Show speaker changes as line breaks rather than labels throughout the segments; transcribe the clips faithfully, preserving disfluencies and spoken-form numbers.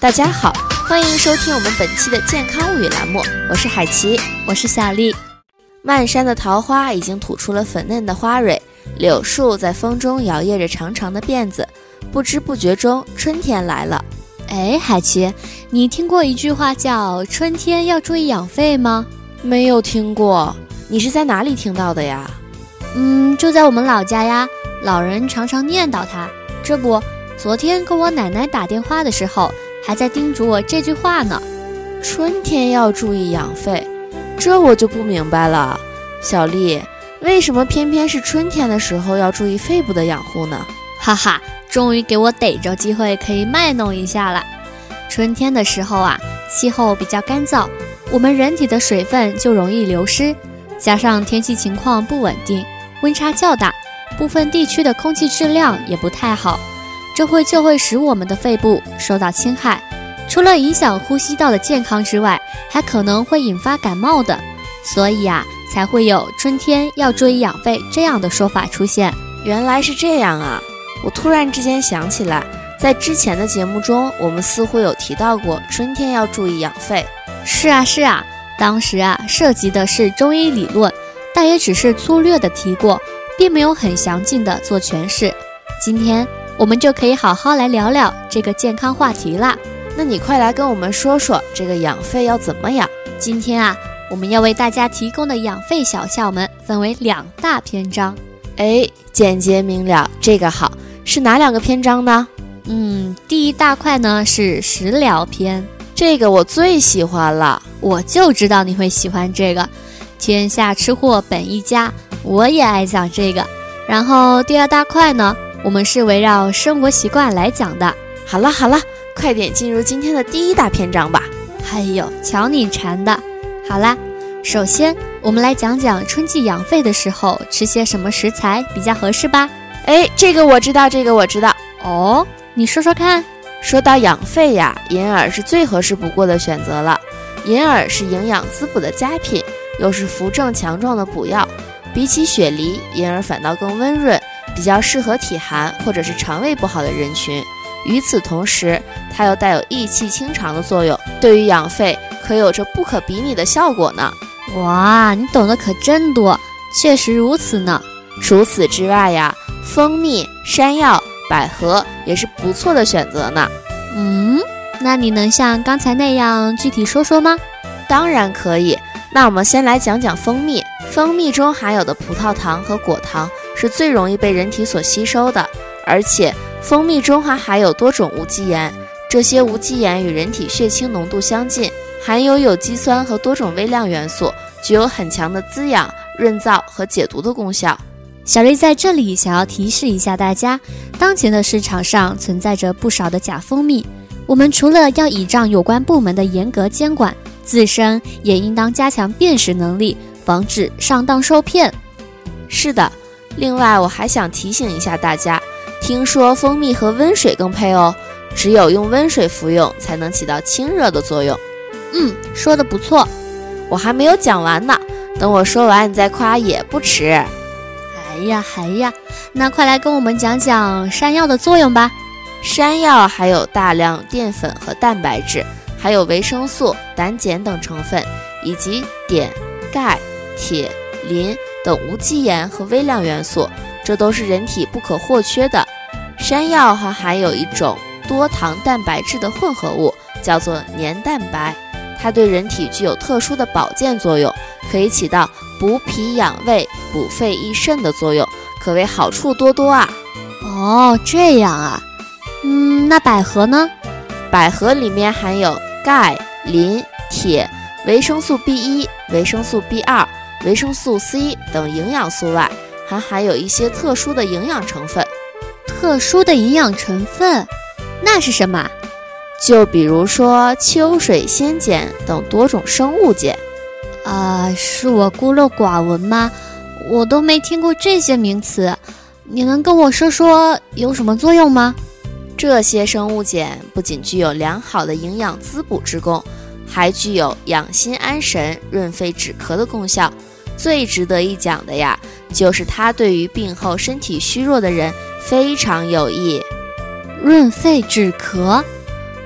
大家好，欢迎收听我们本期的健康物语栏目，我是海琪，
我是小丽。
漫山的桃花已经吐出了粉嫩的花蕊，柳树在风中摇曳着长长的辫子，不知不觉中春天来了。
哎，海琪，你听过一句话叫春天要注意养肺吗？
没有听过，你是在哪里听到的呀？
嗯，就在我们老家呀，老人常常念叨它。这不，昨天跟我奶奶打电话的时候，还在叮嘱我这句话呢。
春天要注意养肺，这我就不明白了。小丽，为什么偏偏是春天的时候要注意肺部的养护呢？
哈哈，终于给我逮着机会可以卖弄一下了。春天的时候啊，气候比较干燥，我们人体的水分就容易流失，加上天气情况不稳定，温差较大，部分地区的空气质量也不太好，这会就会使我们的肺部受到侵害，除了影响呼吸道的健康之外，还可能会引发感冒的。所以啊，才会有春天要注意养肺这样的说法出现。
原来是这样啊！我突然之间想起来，在之前的节目中，我们似乎有提到过春天要注意养肺。
是啊是啊，当时啊涉及的是中医理论，但也只是粗略的提过，并没有很详尽的做诠释。今天我们就可以好好来聊聊这个健康话题啦。
那你快来跟我们说说这个养肺要怎么养？
今天啊，我们要为大家提供的养肺小窍门分为两大篇章。
哎，简洁明了，这个好。是哪两个篇章呢？
嗯，第一大块呢是食疗篇，
这个我最喜欢了，
我就知道你会喜欢这个。天下吃货本一家，我也爱讲这个。然后第二大块呢，我们是围绕生活习惯来讲的。
好了好了，快点进入今天的第一大篇章吧。
哎呦，瞧你馋的。好啦，首先我们来讲讲春季养肺的时候吃些什么食材比较合适吧。
哎，这个我知道，这个我知道。
哦，你说说看。
说到养肺呀，银耳是最合适不过的选择了。银耳是营养滋补的佳品，又是扶正强壮的补药。比起雪梨，银耳反倒更温润，比较适合体寒或者是肠胃不好的人群。与此同时，它又带有益气清肠的作用，对于养肺可有着不可比拟的效果呢。
哇，你懂得可真多，确实如此呢。
除此之外呀，蜂蜜、山药、百合也是不错的选择呢。
嗯，那你能像刚才那样具体说说吗？
当然可以。那我们先来讲讲蜂蜜。蜂蜜中含有的葡萄糖和果糖是最容易被人体所吸收的，而且蜂蜜中还含有多种无机盐，这些无机盐与人体血清浓度相近，含有有机酸和多种微量元素，具有很强的滋养、润燥和解毒的功效。
小丽在这里想要提示一下大家，当前的市场上存在着不少的假蜂蜜，我们除了要倚仗有关部门的严格监管，自身也应当加强辨识能力，防止上当受骗。
是的，另外我还想提醒一下大家，听说蜂蜜和温水更配哦，只有用温水服用才能起到清热的作用。
嗯，说得不错。
我还没有讲完呢，等我说完你再夸也不迟。
哎呀哎呀，那快来跟我们讲讲山药的作用吧。
山药含有大量淀粉和蛋白质，还有维生素、胆碱等成分，以及碘、钙、铁、磷等无机盐和微量元素，这都是人体不可或缺的。山药还含有一种多糖蛋白质的混合物，叫做黏蛋白，它对人体具有特殊的保健作用，可以起到补脾养胃、补肺益肾的作用，可谓好处多多啊。
哦，这样啊。嗯，那百合呢？
百合里面含有钙、磷、铁、维生素 B 一、维生素 B 二、维生素 C 等营养素外，还含有一些特殊的营养成分。
特殊的营养成分？那是什么？
就比如说秋水仙碱等多种生物碱。
啊、呃，是我孤陋寡闻吗？我都没听过这些名词，你能跟我说说有什么作用吗？
这些生物碱不仅具有良好的营养滋补之功，还具有养心安神、润肺止咳的功效。最值得一讲的呀，就是它对于病后身体虚弱的人非常有益。
润肺止咳，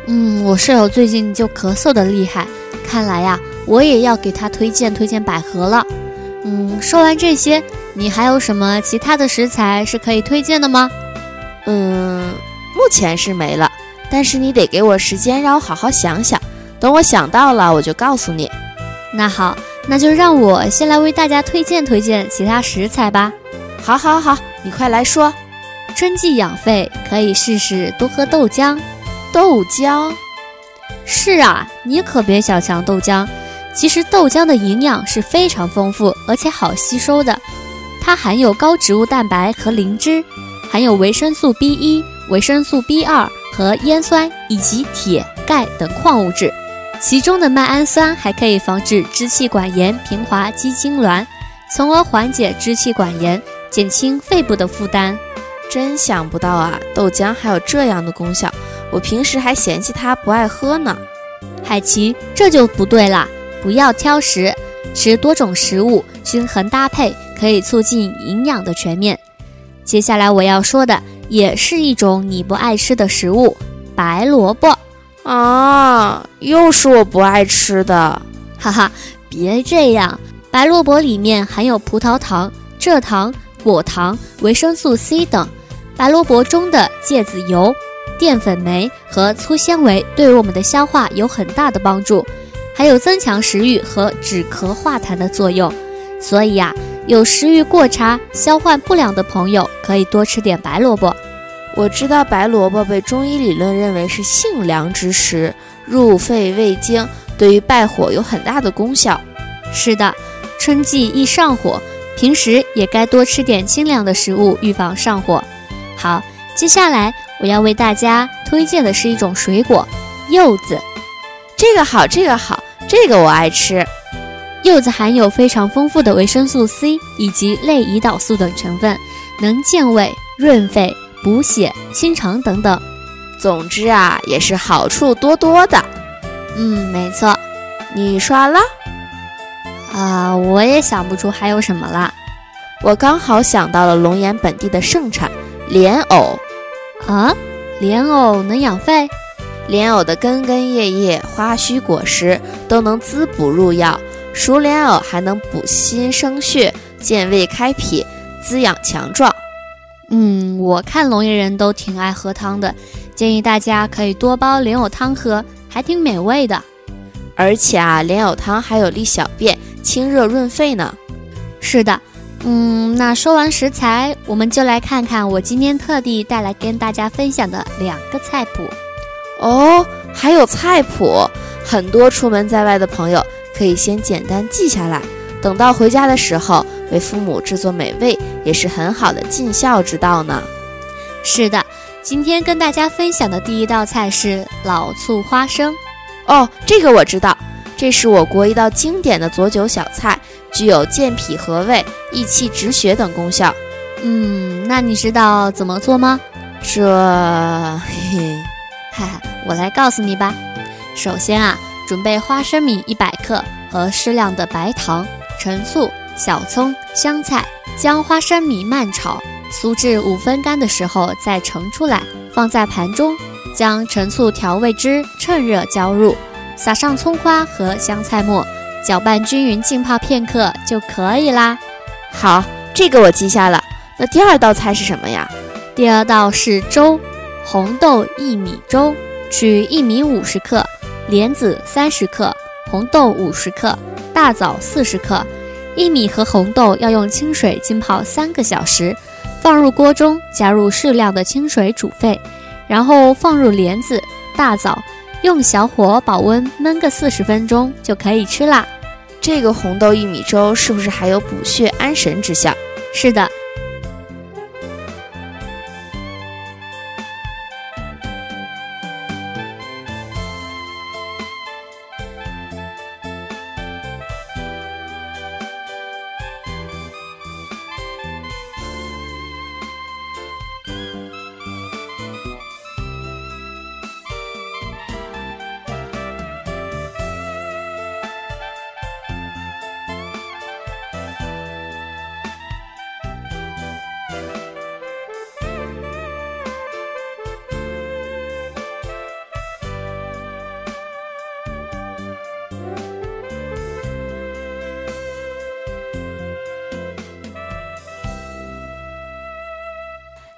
嗯，我舍友最近就咳嗽的厉害，看来呀，我也要给他推荐推荐百合了。嗯，说完这些，你还有什么其他的食材是可以推荐的吗？
嗯，目前是没了，但是你得给我时间让我好好想想，等我想到了我就告诉你。
那好，那就让我先来为大家推荐推荐其他食材吧。
好好好，你快来说。
春季养肺，可以试试多喝豆浆。
豆浆？
是啊，你可别小瞧豆浆。其实豆浆的营养是非常丰富，而且好吸收的。它含有高植物蛋白和磷脂，含有维生素 B 一、维生素 B 二和烟酸以及铁、钙等矿物质。其中的麦氨酸还可以防治支气管炎、平滑肌痉挛，从而缓解支气管炎，减轻肺部的负担。
真想不到啊，豆浆还有这样的功效，我平时还嫌弃它不爱喝呢。
海琪，这就不对啦，不要挑食，吃多种食物，均衡搭配，可以促进营养的全面。接下来我要说的也是一种你不爱吃的食物，白萝卜。
啊，又是我不爱吃的。
哈哈，别这样，白萝卜里面含有葡萄糖、蔗糖、果糖、维生素 C 等。白萝卜中的芥子油、淀粉酶和粗纤维对我们的消化有很大的帮助，还有增强食欲和止咳化痰的作用。所以呀、啊，有食欲过差、消化不良的朋友可以多吃点白萝卜。
我知道白萝卜被中医理论认为是性凉之食，入肺胃经，对于败火有很大的功效。
是的，春季易上火，平时也该多吃点清凉的食物，预防上火。好，接下来我要为大家推荐的是一种水果，柚子。
这个好，这个好，这个我爱吃。
柚子含有非常丰富的维生素 C 以及类胰岛素等成分，能健胃、润肺、补血、清肠等等。
总之啊，也是好处多多的。
嗯，没错。
你刷了？
啊，我也想不出还有什么了。
我刚好想到了龙岩本地的盛产莲藕。
啊，莲藕能养肺？
莲藕的根根叶叶、花须果实都能滋补入药，熟莲藕还能补心生血、健胃开脾、滋养强壮。
嗯，我看龙岩人都挺爱喝汤的，建议大家可以多煲莲藕汤喝，还挺美味的。
而且啊，莲藕汤还有利小便、清热润肺呢。
是的，嗯，那说完食材，我们就来看看我今天特地带来跟大家分享的两个菜谱。
哦，还有菜谱，很多出门在外的朋友可以先简单记下来，等到回家的时候为父母制作美味，也是很好的尽孝之道呢。
是的，今天跟大家分享的第一道菜是老醋花生。
哦，这个我知道，这是我国一道经典的佐酒小菜，具有健脾和胃、益气止血等功效。
嗯，那你知道怎么做吗？
这，嘿嘿，
哈哈，我来告诉你吧。首先啊，准备花生米一百克和适量的白糖、陈醋、小葱、香菜，将花生米慢炒，酥至五分干的时候再盛出来，放在盘中，将陈醋调味汁趁热浇入，撒上葱花和香菜末，搅拌均匀浸泡片刻就可以啦。
好，这个我记下了。那第二道菜是什么呀？
第二道是粥，红豆薏米粥，取薏米五十克，莲子三十克，红豆五十克，大枣四十克。薏米和红豆要用清水浸泡三个小时，放入锅中，加入适量的清水煮沸，然后放入莲子、大枣，用小火保温焖个四十分钟就可以吃啦。
这个红豆薏米粥是不是还有补血安神之效？
是的。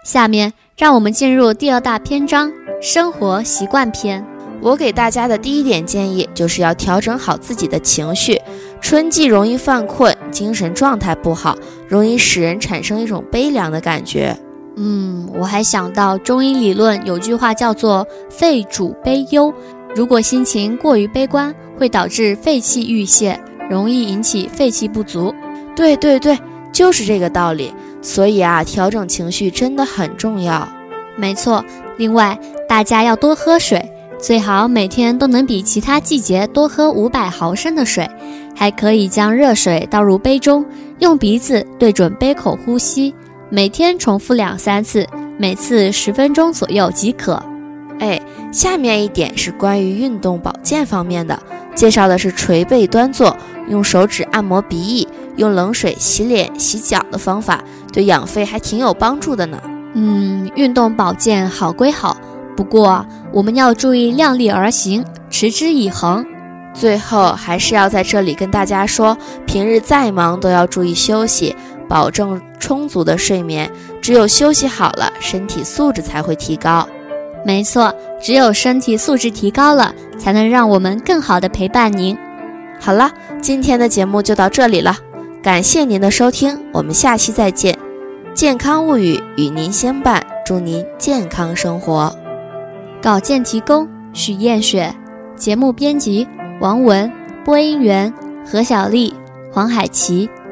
下面让我们进入第二大篇章，生活习惯篇。
我给大家的第一点建议就是要调整好自己的情绪。春季容易犯困，精神状态不好，容易使人产生一种悲凉的感觉。
嗯，我还想到中医理论有句话叫做肺主悲忧，如果心情过于悲观，会导致肺气郁泄，容易引起肺气不足。
对对对，就是这个道理。所以啊，调整情绪真的很重要。
没错，另外大家要多喝水，最好每天都能比其他季节多喝五百毫升的水，还可以将热水倒入杯中，用鼻子对准杯口呼吸，每天重复两三次，每次十分钟左右即可。
哎，下面一点是关于运动保健方面的，介绍的是捶背端坐，用手指按摩鼻翼，用冷水洗脸洗脚的方法，对养肺还挺有帮助的呢。
嗯，运动保健好归好，不过我们要注意量力而行，持之以恒。
最后还是要在这里跟大家说，平日再忙都要注意休息，保证充足的睡眠，只有休息好了，身体素质才会提高。
没错，只有身体素质提高了，才能让我们更好地陪伴您。
好了，今天的节目就到这里了，感谢您的收听，我们下期再见。健康物语与您相伴，祝您健康生活。
稿件提供许艳雪，节目编辑王文，播音员何小丽、黄海琪。